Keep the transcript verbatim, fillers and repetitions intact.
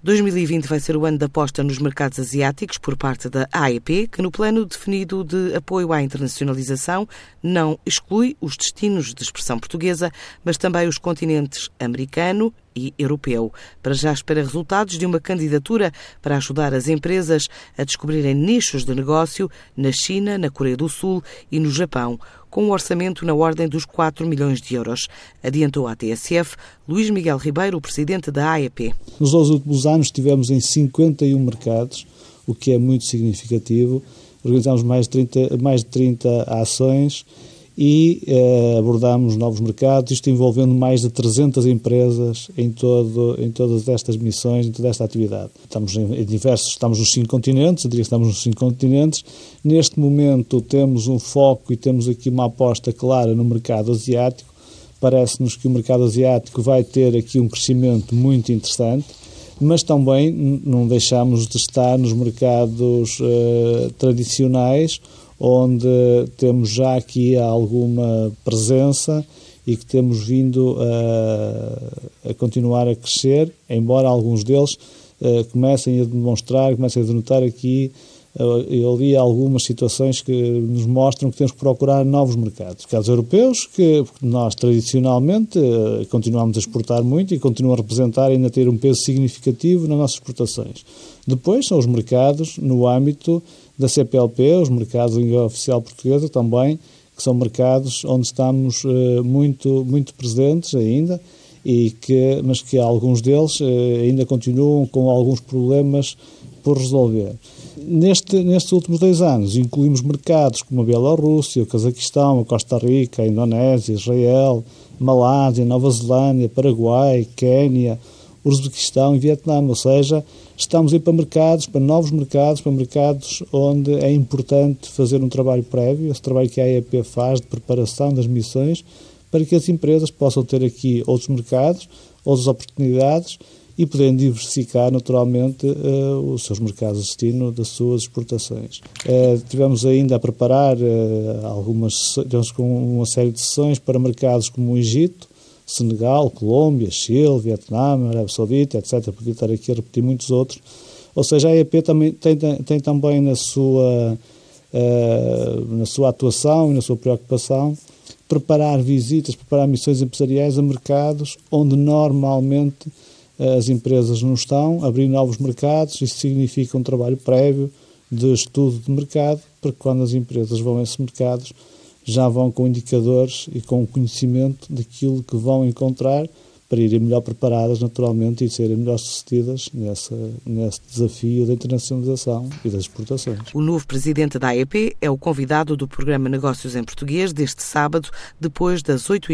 dois mil e vinte vai ser o ano da aposta nos mercados asiáticos por parte da A E P, que no plano definido de apoio à internacionalização não exclui os destinos de expressão portuguesa, mas também os continentes americano e europeu. Para já espera resultados de uma candidatura para ajudar as empresas a descobrirem nichos de negócio na China, na Coreia do Sul e no Japão, com um orçamento na ordem dos quatro milhões de euros. Adiantou à T S F Luís Miguel Ribeiro, o presidente da A E P. Nos dois últimos anos estivemos em cinquenta e um mercados, o que é muito significativo. Organizámos mais de trinta, mais de trinta ações e eh, abordámos novos mercados, isto envolvendo mais de trezentas empresas em, todo, em todas estas missões, em toda esta atividade. Estamos em, em diversos, estamos nos cinco continentes, eu diria que estamos nos cinco continentes. Neste momento temos um foco e temos aqui uma aposta clara no mercado asiático. Parece-nos que o mercado asiático vai ter aqui um crescimento muito interessante, mas também não deixamos de estar nos mercados eh, tradicionais, onde temos já aqui alguma presença e que temos vindo a, a continuar a crescer, embora alguns deles uh, comecem a demonstrar, comecem a denotar aqui uh, eu li algumas situações que nos mostram que temos que procurar novos mercados. Mercados europeus, que nós tradicionalmente uh, continuamos a exportar muito e continuam a representar e ainda ter um peso significativo nas nossas exportações. Depois são os mercados no âmbito da C P L P, os mercados de língua oficial portuguesa também, que são mercados onde estamos uh, muito, muito presentes ainda, e que, mas que alguns deles uh, ainda continuam com alguns problemas por resolver. Neste, nestes últimos dois anos incluímos mercados como a Bielorrússia, o Cazaquistão, a Costa Rica, a Indonésia, Israel, Malásia, Nova Zelândia, Paraguai, Quénia, Uzbequistão e Vietnã, ou seja, estamos aí para mercados, para novos mercados, para mercados onde é importante fazer um trabalho prévio, esse trabalho que a A E P faz de preparação das missões, para que as empresas possam ter aqui outros mercados, outras oportunidades e poderem diversificar naturalmente uh, os seus mercados de destino das suas exportações. Uh, tivemos ainda a preparar uh, algumas, tivemos com uma série de sessões para mercados como o Egito, Senegal, Colômbia, Chile, Vietnã, Arábia Saudita, etcétera. Podia estar aqui a repetir muitos outros. Ou seja, a A E P também, tem, tem também na sua, uh, na sua atuação e na sua preocupação preparar visitas, preparar missões empresariais a mercados onde normalmente uh, as empresas não estão, abrir novos mercados. Isso significa um trabalho prévio de estudo de mercado, para que quando as empresas vão a esses mercados já vão com indicadores e com conhecimento daquilo que vão encontrar para irem melhor preparadas, naturalmente, e serem melhor sucedidas nessa, nesse desafio da internacionalização e das exportações. O novo presidente da A E P é o convidado do programa Negócios em Português deste sábado, depois das oito